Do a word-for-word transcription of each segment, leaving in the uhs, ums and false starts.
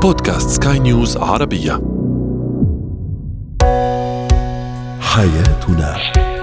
بودكاست سكاي نيوز عربية. حياتنا.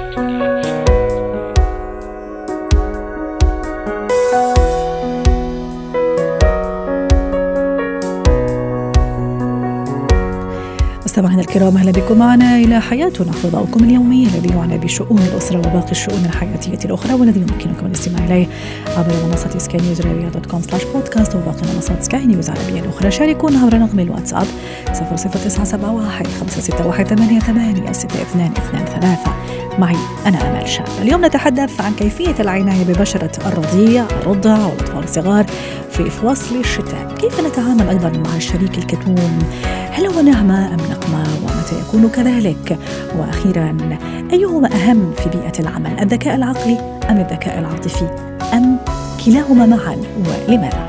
مستمعينا الكرام، أهلا بكم معنا إلى حياتنا، فضاؤكم اليومي الذي يعنى بشؤون الأسرة وباقي الشؤون الحياتية الأخرى، والذي يمكنكم الاستماع إليه عبر منصة سكاي نيوز عربية دوت كوم سلاش بودكاست وباقي منصات سكاي نيوز عربية الأخرى. شاركونا عبر رقم الواتساب صفر صفر تسعة سبعة واحد خمسة ستة واحد ثمانية ثمانية ستة اثنان اثنان ثلاثة. معي أنا أمل شاب. اليوم نتحدث عن كيفية العناية ببشرة الرضيع، الرضع والأطفال الصغار في فصل الشتاء. كيف نتعامل أيضا مع الشريك الكتوم؟ هل هو نعمة أم نقمة؟ ومتى يكون كذلك؟ وأخيرا، أيهما أهم في بيئة العمل، الذكاء العقلي أم الذكاء العاطفي أم كلاهما معا، ولماذا؟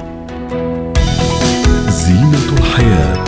زينة الحياة.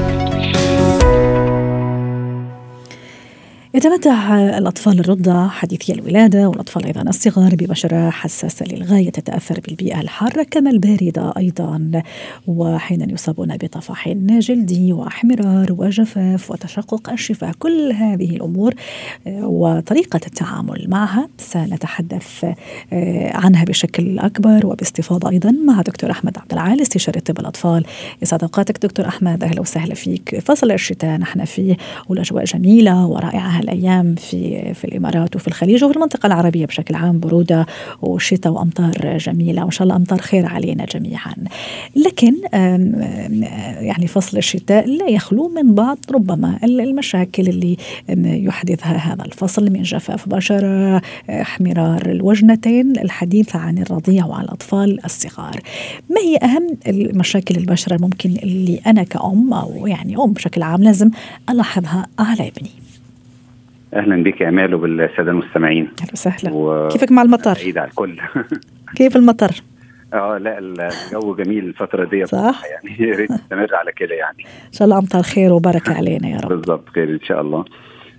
يتمتع الأطفال الرضع حديثي الولادة والأطفال أيضا الصغار ببشرة حساسة للغاية، تتأثر بالبيئة الحارة كما الباردة أيضا، وحين يصابون بطفح جلدي وأحمرار وجفاف وتشقق الشفاه. كل هذه الأمور وطريقة التعامل معها سنتحدث عنها بشكل أكبر وباستفاضة أيضا مع دكتور أحمد عبد العال، استشاري طب الأطفال. يسعد أوقاتك دكتور أحمد، أهلا وسهلا فيك. فصل الشتاء نحن فيه، والأجواء جميلة ورائعة الأيام في في الإمارات وفي الخليج وفي المنطقة العربية بشكل عام، برودة وشتاء وأمطار جميلة، وإن شاء الله أمطار خير علينا جميعا. لكن يعني فصل الشتاء لا يخلو من بعض ربما المشاكل اللي يحدثها هذا الفصل، من جفاف بشرة، احمرار الوجنتين، الحديث عن الرضيع وعن الأطفال الصغار. ما هي أهم المشاكل البشرة ممكن اللي أنا كأم أو يعني أم بشكل عام لازم ألاحظها على ابني؟ أهلا بك يا أمال وبالسادة المستمعين. أهلا وسهلا. و... كيفك مع المطر؟ عيد على الكل. كيف المطر؟ اه لا الجو جميل الفترة دي صح؟ يعني يا ريت نستمر على كده يعني. إن شاء الله أمطار خير وبركة علينا يا رب. بالضبط، خير إن شاء الله.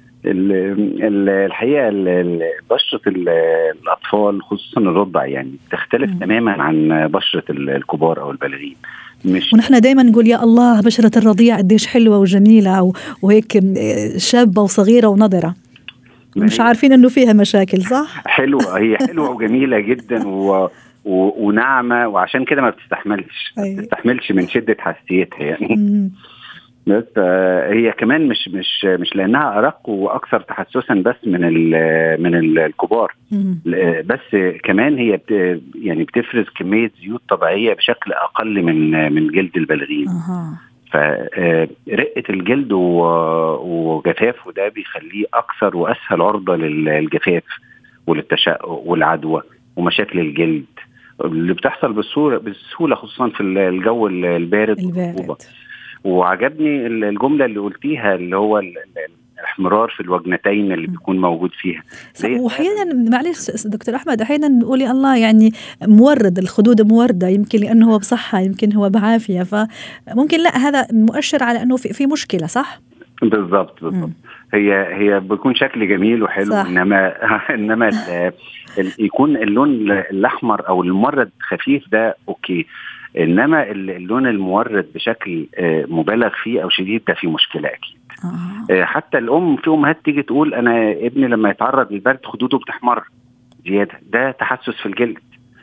الحقيقة بشرة الأطفال خصوصا الرضع يعني تختلف م. تماما عن بشرة الكبار أو البالغين. مش ونحن دايما نقول يا الله بشرة الرضيع قديش حلوة وجميلة وهيك شابة وصغيرة ونضرة، مش عارفين انه فيها مشاكل. صح؟ حلوة، هي حلوة وجميلة جدا و... و... وناعمة، وعشان كده ما بتستحملش ما بتستحملش من شدة حساسيتها يعني. بس هي كمان مش مش مش لانها ارق واكثر تحسسا بس من من الكبار، بس كمان هي بت يعني بتفرز كميه زيوت طبيعيه بشكل اقل من من جلد البالغين. أه. فرقه الجلد وجفافه ده بيخليه اكثر واسهل عرضه للجفاف وللتشقق والعدوى ومشاكل الجلد اللي بتحصل بسهوله بسهوله خصوصا في الجو البارد, البارد. وعجبني الجملة اللي قلتيها اللي هو الاحمرار في الوجنتين اللي بيكون موجود فيها. وأحيانا معلش دكتور أحمد، أحيانا نقول يا الله يعني مورد، الخدود موردة، يمكن لأنه هو بصحة، يمكن هو بعافية، فممكن لا هذا مؤشر على أنه في, في مشكلة. صح؟ بالضبط بالضبط. هي هي بيكون شكل جميل وحلو، صح. انما انما يكون اللون الاحمر او المورد خفيف ده اوكي، انما اللون المورد بشكل مبالغ فيه او شديد ده فيه مشكله اكيد. آه. حتى الام في امهات تيجي تقول انا ابني لما يتعرض للبرد خدوده بتحمر زياده، ده تحسس في الجلد.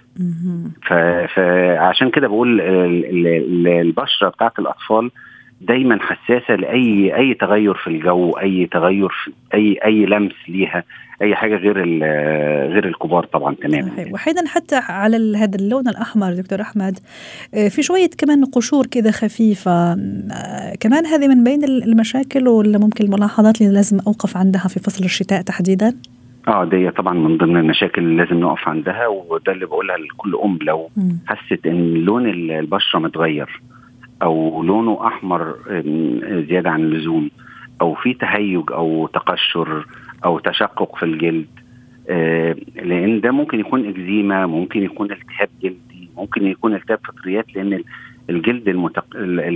فعشان كده بقول البشره بتاعت الاطفال دايما حساسه لاي اي تغير في الجو، اي تغير في اي اي لمس ليها، اي حاجه غير غير الكبار طبعا تماما. وحيدا حتى على هذا اللون الاحمر دكتور احمد في شويه كمان قشور كذا خفيفه، كمان هذه من بين المشاكل ولا ممكن الملاحظات اللي لازم اوقف عندها في فصل الشتاء تحديدا؟ اه دي طبعا من ضمن المشاكل اللي لازم نقف عندها، وده اللي بقولها لكل ام لو م. حست ان لون البشره متغير او لونه احمر زياده عن اللزوم، او في تهيج او تقشر او تشقق في الجلد، آه لان ده ممكن يكون اكزيما، ممكن يكون التهاب جلدي، ممكن يكون التهاب فطريات، لان الجلد المتق...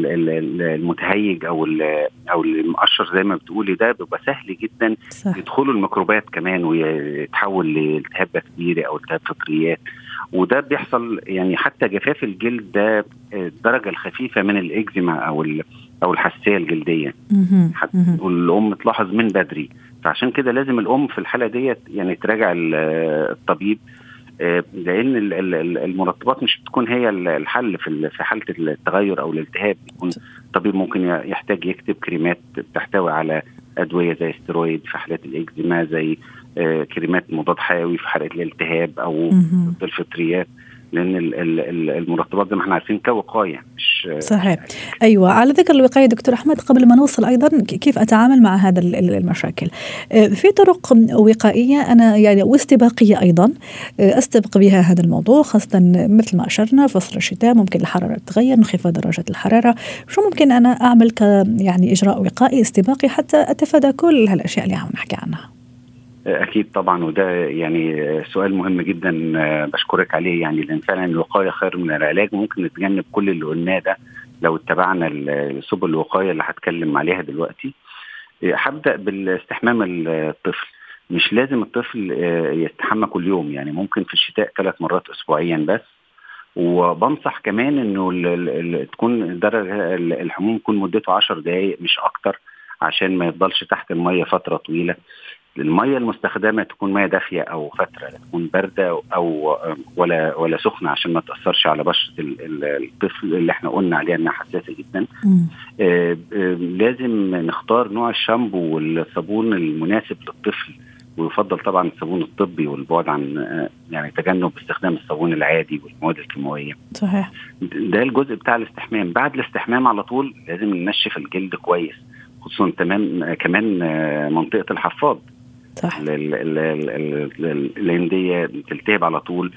المتهيج او او المقشر زي ما بتقولي ده بيبقى سهل جدا صح. يدخلوا الميكروبات كمان ويتحول لالتهاب بكتيري او التهاب فطريات، وده بيحصل يعني حتى جفاف الجلد ده الدرجه الخفيفه من الاكزيما او او الحساسيه الجلديه والام تلاحظ من بدري. فعشان كده لازم الام في الحاله ديت يعني تراجع الطبيب، لان المرطبات مش بتكون هي الحل في حاله التغير او الالتهاب. يكون الطبيب ممكن يحتاج يكتب كريمات بتحتوي على ادويه زي استرويد في حالات الاكزيما، زي كريمات مضاد حيوي في حالة الالتهاب أو ضد الفطريات، لأن المرطبات زي ما احنا عارفين كوقاية مش صحيح. أيوة، على ذكر الوقاية دكتور أحمد، قبل ما نوصل أيضا كيف أتعامل مع هذا المشاكل، في طرق وقائية أنا يعني واستباقية أيضا أستبق بها هذا الموضوع، خاصة مثل ما أشرنا فصل الشتاء ممكن الحرارة تتغير، انخفاض درجة الحرارة، شو ممكن أنا أعمل ك يعني إجراء وقائي استباقي حتى أتفادى كل هالأشياء اللي عم نحكي عنها؟ أكيد طبعا، وده يعني سؤال مهم جدا بشكرك عليه، يعني لأن فعلا الوقاية خير من العلاج، وممكن نتجنب كل اللي قلناه ده لو اتبعنا سبل الوقاية اللي هتكلم عليها دلوقتي. هبدأ بالاستحمام الطفل. مش لازم الطفل يستحمى كل يوم، يعني ممكن في الشتاء ثلاث مرات أسبوعيا بس. وبنصح كمان إنه تكون درجة الحموم يكون مدته عشر دقايق مش أكتر، عشان ما يفضلش تحت المية فترة طويلة. المية المستخدمة تكون مية دافية أو فترة، تكون باردة أو ولا ولا سخنة عشان ما تأثرش على بشرة الطفل اللي احنا قلنا عليها انها حساسة جدا. آه آه لازم نختار نوع الشامبو والصابون المناسب للطفل، ويفضل طبعا الصابون الطبي، والبعد عن آه يعني تجنب استخدام الصابون العادي والمواد الكيماوية. صحيح. ده الجزء بتاع الاستحمام. بعد الاستحمام على طول لازم ننشف الجلد كويس، خصوصا تمام كمان آه منطقة الحفاض. صح. لان دي بتلتهب على طول،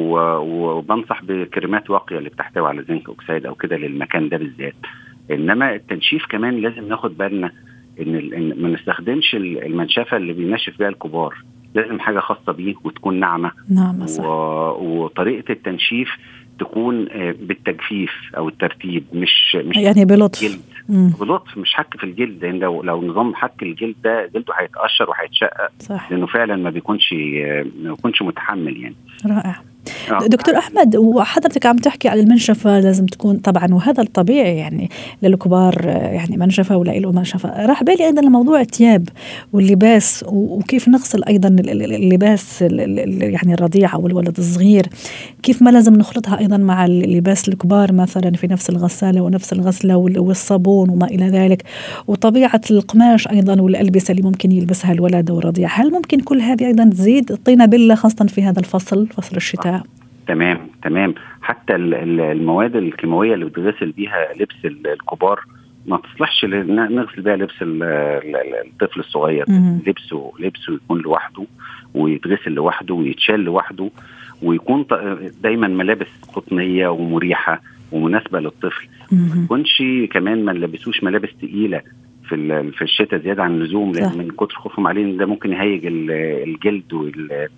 وبنصح بكريمات واقيه اللي بتحتوي على زنك اوكسيد او كده للمكان ده بالذات. انما التنشيف كمان لازم ناخد بالنا ان ما نستخدمش المنشفه اللي بينشف بيها الكبار، لازم حاجه خاصه بيه وتكون ناعمه. نعم صح. وطريقه التنشيف تكون بالتجفيف او الترتيب، مش مش يعني بلطف جلد. بلطف مش حك في الجلد، لان لو, لو نظام حك الجلد ده جلده هيتقشر وهيتشقق، لانه فعلا ما بيكونش ما بيكونش متحمل يعني. رائع. دكتور أحمد، وحضرتك عم تحكي عن المنشفة لازم تكون طبعا، وهذا الطبيعي يعني للكبار، يعني منشفة ولا له منشفة. راح بالي أيضا لموضوع الثياب واللباس، وكيف نغسل أيضا اللباس يعني الرضيع أو الولد الصغير، كيف ما لازم نخلطها أيضا مع اللباس الكبار مثلا في نفس الغسالة ونفس الغسلة والصابون وما إلى ذلك، وطبيعة القماش أيضا والألبسة اللي ممكن يلبسها الولد والرضيع. هل ممكن كل هذه أيضا تزيد الطينة بلة خاصة في هذا الفصل، فصل الشتاء؟ تمام تمام. حتى المواد الكيماويه اللي بتغسل بيها لبس الكبار ما تصلحش نغسل بيها لبس الطفل الصغير. لبسه لبسه يكون لوحده، ويتغسل لوحده، ويتشال لوحده، ويكون دايما ملابس قطنيه ومريحه ومناسبه للطفل. ما يكونش كمان ما نلبسوش ملابس تقيله في في الشتاء زياده عن اللزوم، لان من كتر خوفهم عليه ان ده ممكن يهيج الجلد وال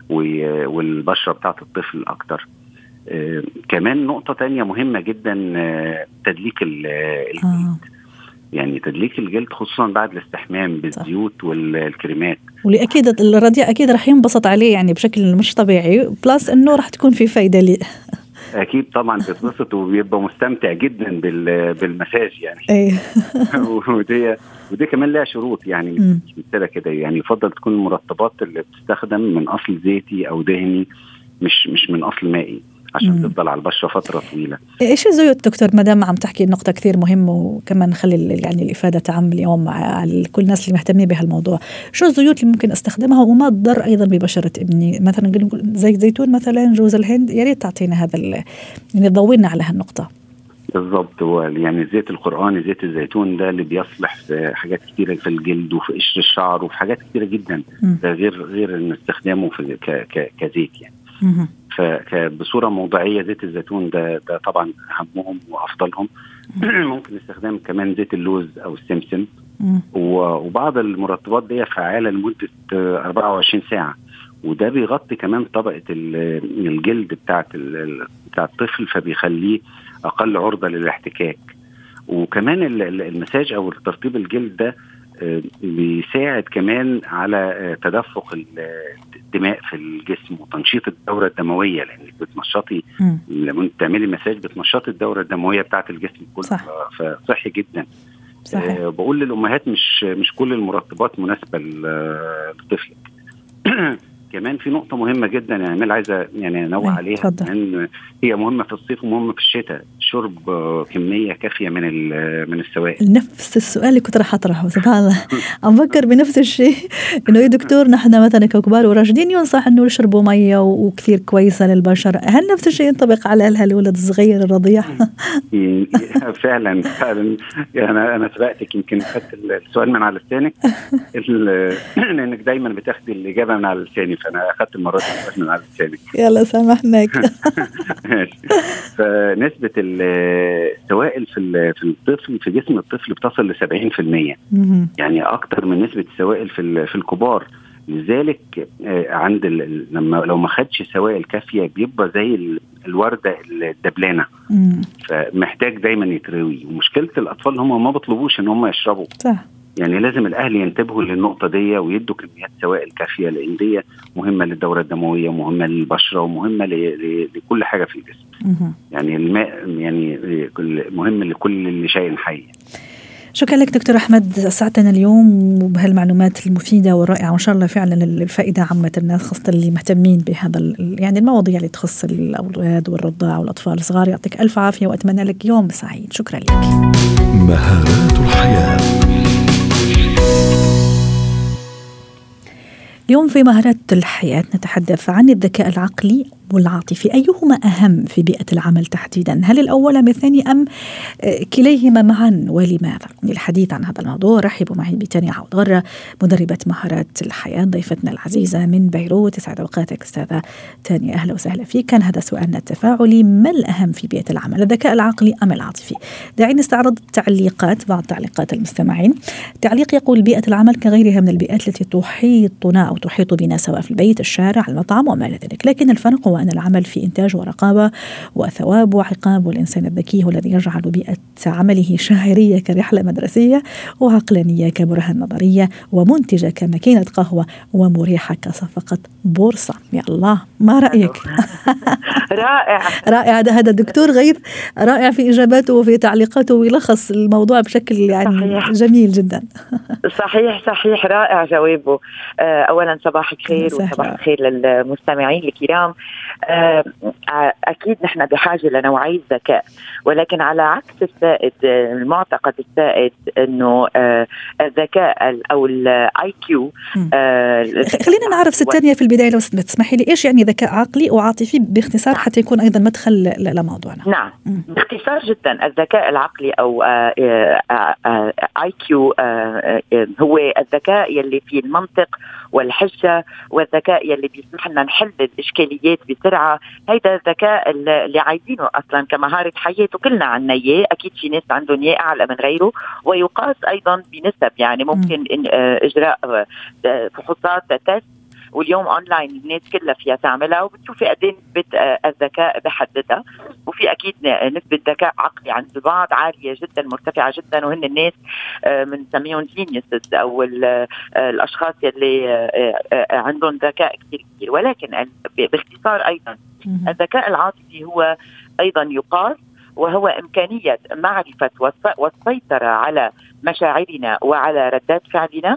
والبشرة بتاعة الطفل أكتر. آه كمان نقطة تانية مهمة جدا، آه تدليك الجلد. آه. يعني تدليك الجلد خصوصا بعد الاستحمام بالزيوت والكريمات، واللي أكيد الرضيع أكيد رح ينبسط عليه يعني بشكل مش طبيعي، بلس إنه رح تكون في فايدة ليه. أكيد طبعا بيتبسط وبيبقى مستمتع جدا بالمساج يعني. أيه. ودي ودي كمان لها شروط، يعني مش مثلا كده، يعني يفضل تكون المرطبات اللي بتستخدم من أصل زيتي أو دهني، مش مش من أصل مائي، عشان مم. تفضل على البشرة فترة طويلة. إيش الزيوت دكتور، مدام عم تحكي النقطة كثير مهمة، وكمان نخلي يعني الإفادة تعم اليوم مع كل الناس اللي مهتمين بهالموضوع. شو الزيوت اللي ممكن استخدمها وما تضر أيضا ببشرة ابني؟ مثلا زيت زيتون مثلا، جوز الهند، يا ريت تعطينا هذا يعني تضوينا على هالنقطة. بالضبط. هو يعني زيت القرآن، زيت الزيتون ده اللي بيصلح في حاجات كتيرة في الجلد وفي قشر الشعر وفي حاجات كتيرة جدا، ده غير غير ان استخدامه في ك ك كزيت يعني. فبصورة موضعية زيت الزيتون ده ده طبعا أهمهم وأفضلهم. ممكن استخدام كمان زيت اللوز أو السمسم، وبعض المرطبات دي فعالة لمدة أربعة وعشرين ساعة، وده بيغطي كمان طبقة الجلد بتاعت بتاع الطفل، فبيخليه اقل عرضه للاحتكاك. وكمان المساج او ترطيب الجلد ده بيساعد كمان على تدفق الدماء في الجسم وتنشيط الدورة الدموية، لأنك بتنشطي لما تعملي مساج بتنشطي الدورة الدموية بتاعة الجسم كله. صح. فصحي جدا. صحيح. أه بقول للأمهات مش مش كل المرطبات مناسبة لطفلك. كمان في نقطة مهمة جدا يعني أنا عايزة يعني أنوه عليها، لأن هي مهمة في الصيف ومهمة في الشتاء، شرب كمية كافية من من السوائل. نفس السؤال اللي كنت راح أطرحه، سبحان الله عم بفكر بنفس الشيء، إنه يا دكتور نحن مثلا ككبار وراشدين ينصح إنه يشربوا مية وكثير كويسة للبشرة، هل نفس الشيء ينطبق على الولد الصغير الرضيع؟ فعلا فعلا يعني أنا أنا سبقتك، يمكن خدت السؤال من على لسانك لأنك دايما بتاخدي الإجابة من على لساني، فأنا أخذت المرات من على لسانك. يلا سامحناك. فنسبة السوائل في في الطفل في جسم الطفل بتصل لسبعين في المية، يعني أكتر من نسبة السوائل في في الكبار. لذلك عند لما لو ما خدش سوائل كافية بيبقى زي الوردة الدبلانة، فمحتاج دايما يتروي. ومشكلة الأطفال هم ما بيطلبوش إن هم يشربوا. صح. يعني لازم الأهل ينتبهوا للنقطة دي ويدوا كميات سوائل كافية، لأن دي مهمة للدورة الدموية ومهمة للبشرة ومهمة لكل حاجة في الجسم. يعني الماء يعني مهم لكل شيء حي. شكرا لك دكتور أحمد، أسعدتنا اليوم وبهالمعلومات المفيدة والرائعة، وإن شاء الله فعلا الفائدة عامة الناس خاصة اللي مهتمين بهذا يعني المواضيع اللي تخص الأولاد والرضاع والأطفال الصغار. يعطيك ألف عافية وأتمنى لك يوم سعيد. شكرا لك. مهارات الحياة. اليوم في مهارات الحياة نتحدث عن الذكاء العقلي والعاطفي، أيهما أهم في بيئة العمل تحديدا؟ هل الأول أم الثاني أم كليهما معا ولماذا؟ للحديث عن هذا الموضوع رحبوا معي بتانيا عود غرة، مدربة مهارات الحياة، ضيفتنا العزيزة من بيروت. يسعد أوقاتك أستاذة تانيا، أهلا وسهلا فيك. كان هذا سؤالنا التفاعلي، ما الأهم في بيئة العمل، الذكاء العقلي أم العاطفي؟ دعينا نستعرض تعليقات بعض تعليقات المستمعين. تعليق يقول: بيئة العمل كغيرها من البيئات التي تحيطنا أو تحيط بنا سواء في البيت، الشارع، المطعم وما إلى ذلك، لكن الفرق هو أن العمل في إنتاج ورقابة وثواب وعقاب، والإنسان الذكي هو الذي يجعل بيئة عمله شاعرية كرحلة مدرسية، وعقلانية كبرهان نظرية، ومنتجة كماكينة قهوة، ومريحة كصفقة بورصة. يا الله، ما رأيك؟ رائع رائع. هذا هذا الدكتور غيث رائع في إجاباته وفي تعليقاته، ويلخص الموضوع بشكل يعني صحيح. جميل جدا. صحيح صحيح رائع جوابه. أولا صباح الخير وصباح الخير للمستمعين الكرام. أكيد نحن بحاجة لنوعية ذكاء، ولكن على عكس السائد المعتقد السائد أنه الذكاء أو الآي كيو. خلينا نعرف ستانية في البداية لو تسمحي لي، إيش يعني ذكاء عقلي وعاطفي باختصار حتى يكون أيضا مدخل لموضوعنا؟ نعم م. باختصار جدا، الذكاء العقلي أو آي كيو هو الذكاء يلي فيه المنطق والحجة، والذكاء يلي بيسمح لنا نحل الإشكاليات بسرعة. هيدا الذكاء اللي عايزينه أصلا كمهارة حياة، وكلنا عنا إياه. أكيد في ناس عندهم إياه أعلى من غيره، ويقاس أيضا بنسب، يعني ممكن إجراء فحوصات تست، واليوم أونلاين الناس كلها فيها تعملها، وبتشوفي قد ايه نسبة الذكاء بحددها. وفي أكيد نسبة ذكاء عقلي عند البعض عالية جدا مرتفعة جدا، وهن الناس من سميهم جينيوسز أو الأشخاص اللي عندهم ذكاء كثير كثير. ولكن باختصار أيضا الذكاء العاطفي هو أيضا يقاس، وهو إمكانية معرفة والسيطرة على مشاعرنا وعلى ردات فعلنا،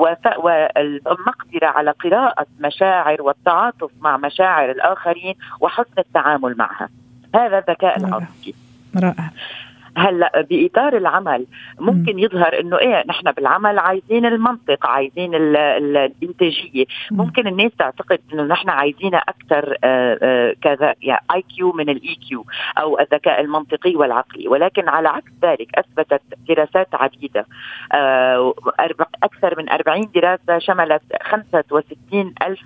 والمقدرة على قراءة مشاعر والتعاطف مع مشاعر الآخرين وحسن التعامل معها. هذا الذكاء العاطفي. رائع. هلا بإطار العمل ممكن يظهر انه ايه، نحن بالعمل عايزين المنطق، عايزين الانتاجيه. ممكن الناس تعتقد انه نحن عايزين اكثر كذا يعني اي كيو من الاي كيو او الذكاء المنطقي والعقلي، ولكن على عكس ذلك اثبتت دراسات عديده، اكثر من أربعين دراسه شملت خمسة وستين ألف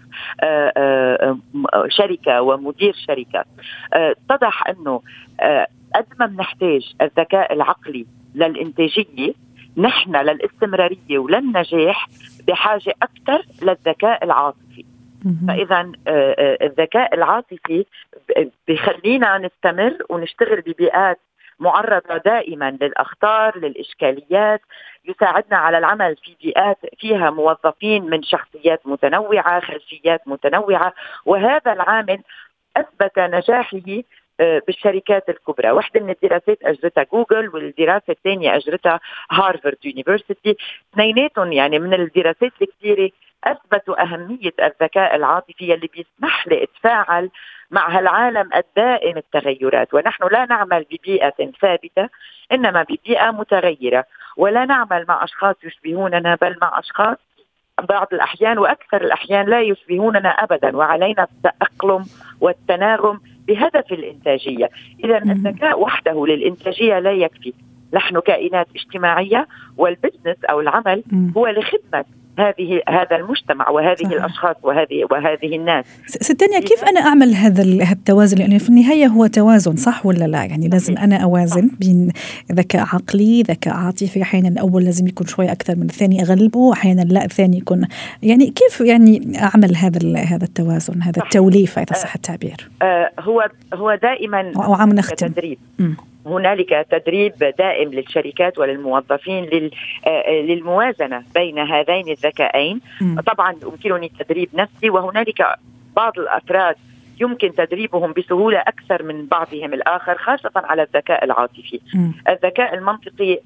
شركه ومدير شركه، اتضح انه قد ما بنحتاج الذكاء العقلي للإنتاجية، نحن للاستمرارية وللنجاح بحاجة أكثر للذكاء العاطفي. فإذا الذكاء العاطفي بيخلينا نستمر ونشتغل ببيئات معرضة دائما للأخطار للإشكاليات، يساعدنا على العمل في بيئات فيها موظفين من شخصيات متنوعة خلفيات متنوعة، وهذا العامل أثبت نجاحه بالشركات الكبرى. واحدة من الدراسات أجرتها جوجل والدراسة الثانية أجرتها هارفارد يونيفرسيتي، اثنيناتهم يعني من الدراسات الكثيرة أثبتوا أهمية الذكاء العاطفي اللي بيسمح لي أتفاعل مع هالعالم الدائم التغيرات. ونحن لا نعمل ببيئة ثابتة إنما ببيئة متغيرة، ولا نعمل مع أشخاص يشبهوننا بل مع أشخاص بعض الأحيان وأكثر الأحيان لا يشبهوننا أبدا، وعلينا التأقلم والتناغم بهدف الإنتاجية. إذا الذكاء وحده للإنتاجية لا يكفي، نحن كائنات اجتماعية والبزنس أو العمل هو لخدمة هذه هذا المجتمع وهذه صحيح. الأشخاص وهذه وهذه الناس. ستانيا، كيف أنا أعمل هذا التوازن؟ لأنه في النهاية هو توازن، صح ولا لا؟ يعني لازم أنا أوازن بين ذكاء عقلي ذكاء عاطفي، أحيانا الأول لازم يكون شوي أكثر من الثاني أغلبه، أحيانا لا الثاني يكون، يعني كيف يعني أعمل هذا هذا التوازن، هذا التوليفة إذا صح التعبير؟ آه هو هو دائما وعم نختم تدريب. م. هنالك تدريب دائم للشركات وللموظفين للموازنة بين هذين الذكائين. م. طبعا يمكنني تدريب نفسي، وهنالك بعض الأفراد يمكن تدريبهم بسهولة أكثر من بعضهم الآخر، خاصة على الذكاء العاطفي. م. الذكاء المنطقي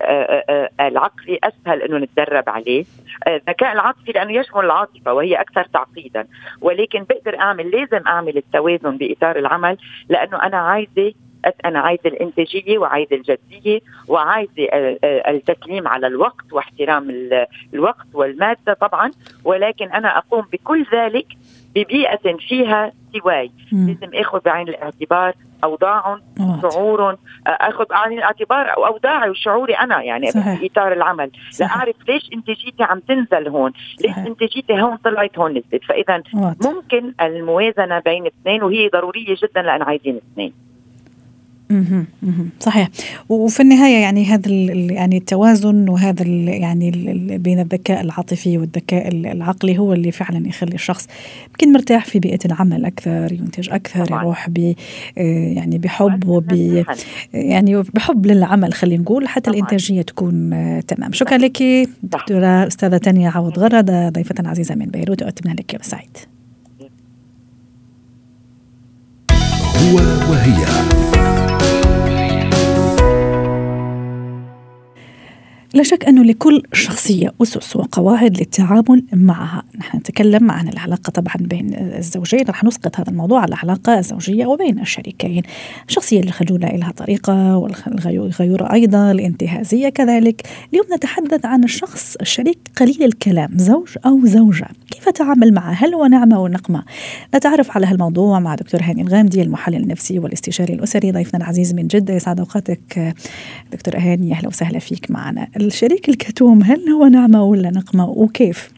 العقلي أسهل أنه نتدرب عليه. الذكاء العاطفي لأنه يشمل العاطفة وهي أكثر تعقيدا، ولكن بقدر أعمل لازم أعمل التوازن بإطار العمل، لأنه أنا عايزة أنا عايز الإنتاجية وعايز الجدية وعايز التسليم على الوقت واحترام الوقت والمادة طبعا، ولكن أنا أقوم بكل ذلك ببيئة فيها سواي. لازم أخذ بعين الاعتبار أوضاعهم شعورهم، أخذ بعين الاعتبار أو أوضاعي وشعوري أنا يعني صحيح. في إطار العمل صحيح. لا أعرف ليش إنتاجيتي عم تنزل هون، ليش صحيح. إنتاجيتي هون طلعت هون نزلت. فإذا ممكن الموازنة بين اثنين، وهي ضرورية جدا لأن عايزين اثنين. مهم. مهم. صحيح. وفي النهاية يعني هذا يعني التوازن وهذا يعني بين الذكاء العاطفي والذكاء العقلي هو اللي فعلا يخلي الشخص يمكن مرتاح في بيئة العمل أكثر، ينتج أكثر، طبعا. يروح ب يعني بحب وب يعني بحب للعمل، خلينا نقول حتى طبعا. الإنتاجية تكون تمام. شكرا لك دكتورة أستاذة تانيا عوض غرد، ضيفة عزيزة من بيروت، وأتمنى لك يوم سعيد. هو وهي. لا شك أنه لكل شخصية أسس وقواعد للتعامل معها. نحن نتكلم عن العلاقة طبعا بين الزوجين، رح نسقط هذا الموضوع على العلاقة الزوجية وبين الشريكين. الشخصية الخجولة لها طريقة، والغيورة أيضا، الانتهازية كذلك. اليوم نتحدث عن الشخص الشريك قليل الكلام، زوج أو زوجة، كيف أتعامل معه؟ هل هو نعمة ونقمة؟ نتعرف على هالموضوع مع دكتور هاني الغامدي، المحلل النفسي والاستشاري الأسري، ضيفنا العزيز من جدة. يسعد أوقاتك دكتور هاني، أهلا وسهلا فيك معنا. الشريك الكتوم هل هو نعمة ولا نقمة، وكيف؟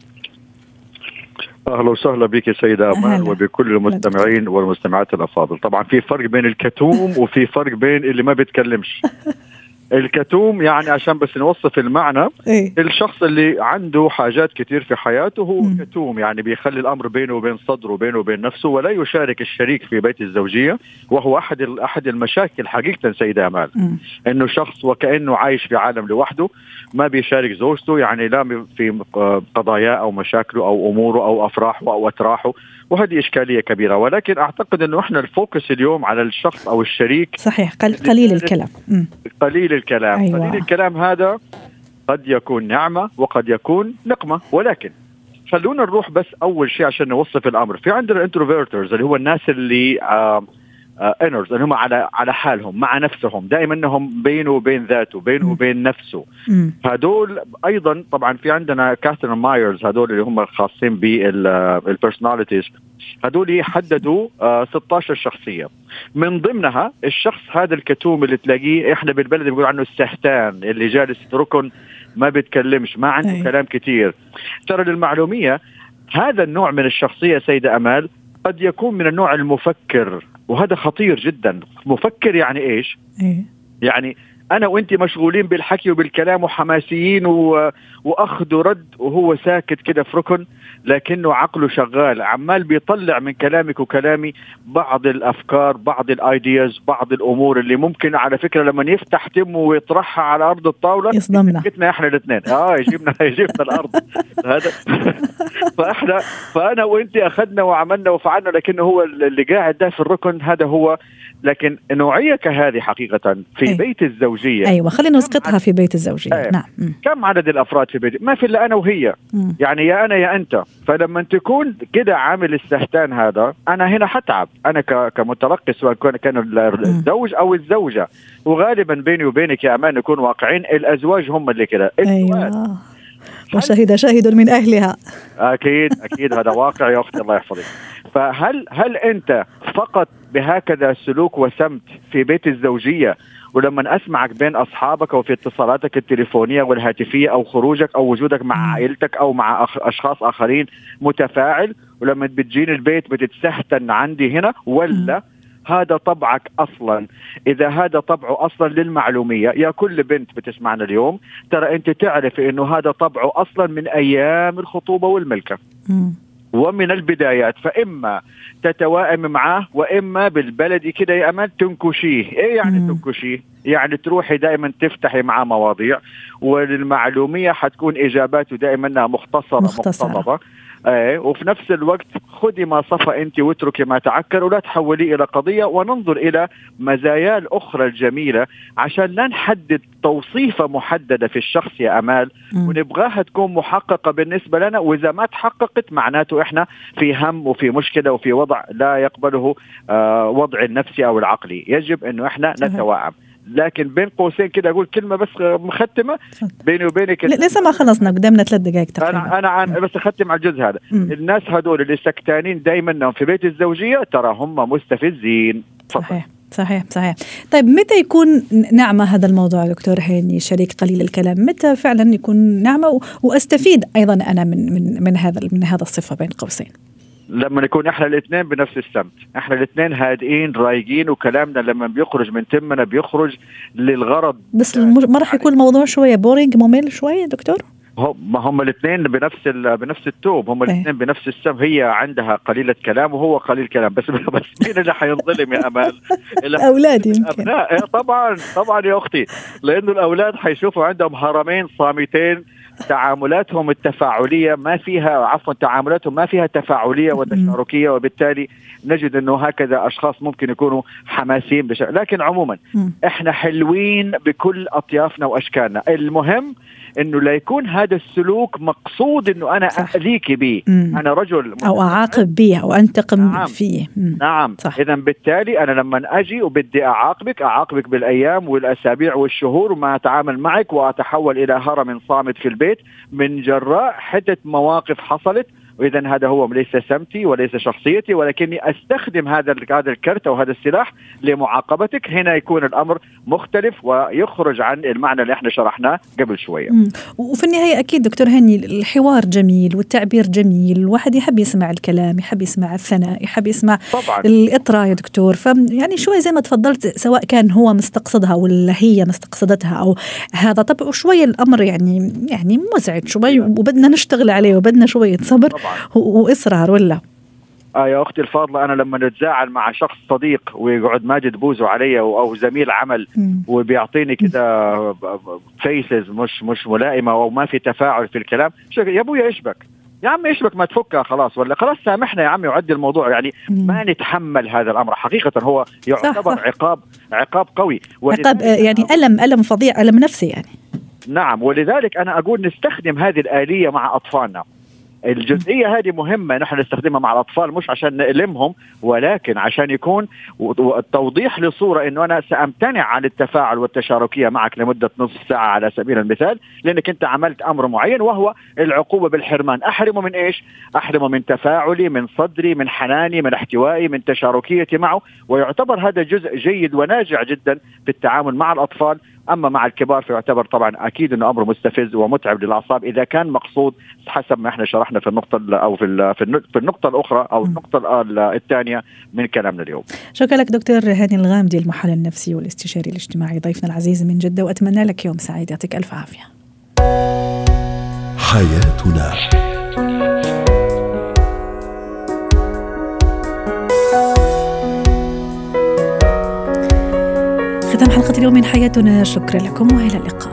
أهلا وسهلا بك سيدة أمال وبكل المستمعين والمستمعات الأفاضل. طبعا في فرق بين الكتوم وفي فرق بين اللي ما بيتكلمش. الكتوم يعني عشان بس نوصف المعنى، إيه؟ الشخص اللي عنده حاجات كتير في حياته هو م. كتوم، يعني بيخلي الأمر بينه وبين صدره وبينه وبين نفسه، ولا يشارك الشريك في بيت الزوجية. وهو أحد أحد المشاكل حقيقة سيدة أمال، م. إنه شخص وكأنه عايش في عالم لوحده، ما بيشارك زوجته، يعني لا في قضايا أو مشاكله أو أموره أو أفراحه أو أتراحه، وهذه إشكالية كبيرة. ولكن أعتقد أنه إحنا الفوكس اليوم على الشخص أو الشريك. صحيح. قليل الكلام. م. قليل الكلام. أيوة. قليل الكلام هذا قد يكون نعمة وقد يكون نقمة. ولكن خلونا نروح بس أول شيء عشان نوصف الأمر. في عندنا الانتروفيرترز اللي هو الناس اللي آه انرز، اللي هم على على حالهم مع نفسهم، دائما انهم بينه وبين ذاته، بينه وبين نفسه. هذول ايضا طبعا في عندنا كاثرين مايرز، هذول اللي هم خاصين بالبيرسوناليتيز، هذول يحددوا آه ستة عشر شخصيه، من ضمنها الشخص هذا الكتوم اللي تلاقيه احنا بالبلد بنقول عنه السهتان، اللي جالس في ركن ما بيتكلمش، ما عنده أي. كلام كتير. ترى للمعلوميه هذا النوع من الشخصيه سيدة أمال قد يكون من النوع المفكر، وهذا خطير جدا. مفكر يعني ايش؟ إيه؟ يعني أنا وإنتي مشغولين بالحكي وبالكلام وحماسيين و... وأخذ ورد، وهو ساكت كده في ركن، لكنه عقله شغال عمال بيطلع من كلامك وكلامي بعض الأفكار، بعض الأيدياز، بعض الأمور اللي ممكن على فكرة لما يفتح تمه ويطرحها على أرض الطاولة يصدمنا إحنا الاثنين آه يجيبنا يجيبنا الأرض هذا فإحنا فأنا وإنتي أخذنا وعملنا وفعلنا، لكنه هو اللي قاعد ده في الركن هذا هو. لكن نوعية كهذه حقيقة في أي. بيت الزوجية، أيوة خلينا نسقطها في بيت الزوجية. أي. نعم. كم عدد الأفراد في بيت؟ ما في إلا أنا وهي. م. يعني يا أنا يا أنت. فلما تكون كده عامل السهتان هذا، أنا هنا حتعب أنا كمتلقي، سواء كان الزوج أو الزوجة. وغالبا بيني وبينك يا أمان نكون واقعين، الأزواج هم اللي كده. أيوة. وشهد شاهد من أهلها. أكيد أكيد هذا واقع يا أختي الله يحفظك. فهل هل أنت فقط بهكذا سلوك وسمت في بيت الزوجية، ولما أسمعك بين أصحابك أو في اتصالاتك التليفونية والهاتفية أو خروجك أو وجودك مع عائلتك أو مع أشخاص آخرين متفاعل، ولما بتجين البيت بتتسهتن عندي هنا، ولا هذا طبعك أصلا؟ إذا هذا طبعه أصلا للمعلومية يا كل بنت بتسمعنا اليوم، ترى أنت تعرف إنه هذا طبعه أصلا من أيام الخطوبة والملكة ومن البدايات. فإما تتوائم معاه، وإما بالبلدي كده يا أمان تنكشيه. إيه يعني مم. تنكشيه؟ يعني تروحي دائما تفتحي معاه مواضيع، وللمعلومية حتكون إجاباته دائما مختصرة مقتضبة. ايه وفي نفس الوقت خذي ما صفى انت واتركي ما تعكر، ولا تحولي الى قضيه، وننظر الى مزايا الاخرى الجميله عشان لا نحدد توصيفه محدده في الشخص يا امال، م. ونبغاها تكون محققه بالنسبه لنا، واذا ما تحققت معناته احنا في هم وفي مشكله وفي وضع لا يقبله آه وضع النفسي او العقلي. يجب انه احنا نتواعد. لكن بين قوسين كده أقول كلمة بس مختمة بيني وبينك، لسه ما خلصنا، قدامنا ثلاث دقائق تقريبا. أنا أنا بس أختم على الجزء هذا. م. الناس هذول اللي سكتانين دايما في بيت الزوجية ترى هم مستفزين. صحيح صحيح صحيح. طيب متى يكون نعمة هذا الموضوع دكتور هاني شريك قليل الكلام؟ متى فعلا يكون نعمة وأستفيد أيضا أنا من من من هذا من هذا الصفة بين قوسين؟ لما نكون احنا الاثنين بنفس السمت، احنا اثنين هادئين رايقين، وكلامنا لما بيخرج من تمنا بيخرج للغرض. بس ما راح يكون الموضوع شويه بورينج ممل شويه دكتور؟ هم هم الاثنين بنفس بنفس التوب، هم الاثنين بنفس السم. هي عندها قليلة كلام وهو قليل كلام، بس بس مين اللي حينظلم يا امال؟ الاولاد يمكن. الابناء طبعا طبعا يا اختي، لانه الاولاد حيشوفوا عندهم هرمين صامتين، تعاملاتهم التفاعلية ما فيها عفوا تعاملاتهم ما فيها تفاعلية وتشاركية، وبالتالي نجد أنه هكذا أشخاص ممكن يكونوا حماسيين بشكل. لكن عموما إحنا حلوين بكل أطيافنا وأشكالنا. المهم انه لا يكون هذا السلوك مقصود انه انا اذيك به، انا رجل او اعاقب به او انتقم نعم. فيه. مم. نعم. اذا بالتالي انا لما اجي وبدي اعاقبك اعاقبك بالايام والاسابيع والشهور، وما اتعامل معك واتحول الى هرم صامت في البيت من جراء حدة مواقف حصلت. وإذا هذا هو ليس سمتي وليس شخصيتي، ولكني أستخدم هذا هذا الكرت أو هذا السلاح لمعاقبتك. هنا يكون الأمر مختلف ويخرج عن المعنى اللي احنا شرحناه قبل شوية. مم. وفي النهاية أكيد دكتور هاني الحوار جميل والتعبير جميل، الواحد يحب يسمع الكلام، يحب يسمع الثناء، يحب يسمع طبعاً الإطراء يا دكتور. فيعني شوي زي ما تفضلت، سواء كان هو مستقصدها ولا هي مستقصدتها أو هذا، طب شوي الأمر يعني يعني مزعج شوي، وبدنا نشتغل عليه وبدنا شوية صبر وإصرار. ولا آه يا أختي الفاضلة، أنا لما نتزاعل مع شخص صديق ويقعد ماجد بوزه علي أو زميل عمل مم. وبيعطيني كده فيسز مش مش ملائمة أو ما في تفاعل في الكلام، يا أبويا إيشبك يا عم إيشبك، ما تفكها خلاص، ولا خلاص سامحنا يا عم يعدي الموضوع. يعني مم. ما نتحمل هذا الأمر. حقيقة هو يعتبر صح صح. عقاب عقاب قوي، عقاب يعني ألم ألم فظيع، ألم نفسي يعني. نعم. ولذلك أنا أقول نستخدم هذه الآلية مع أطفالنا. الجزئية هذه مهمة نحن نستخدمها مع الأطفال، مش عشان نألمهم، ولكن عشان يكون التوضيح لصورة إنه أنا سأمتنع عن التفاعل والتشاركية معك لمدة نصف ساعة على سبيل المثال، لأنك أنت عملت أمر معين وهو العقوبة بالحرمان. أحرمه من إيش؟ أحرمه من تفاعلي، من صدري، من حناني، من احتوائي، من تشاركيتي معه. ويعتبر هذا جزء جيد وناجع جدا في التعامل مع الأطفال، أما مع الكبار فيعتبر طبعا أكيد أنه أمر مستفز ومتعب للأعصاب إذا كان مقصود حسب ما احنا شرحنا في النقطة أو في في النقطة الأخرى أو النقطة الثانية من كلامنا اليوم. شكرا لك دكتور هاني الغامدي، المحلل النفسي والاستشاري الاجتماعي، ضيفنا العزيز من جدة، وأتمنى لك يوم سعيد. يعطيك ألف عافية. حياتنا. ختام حلقة اليوم من حياتنا، شكرا لكم وإلى اللقاء.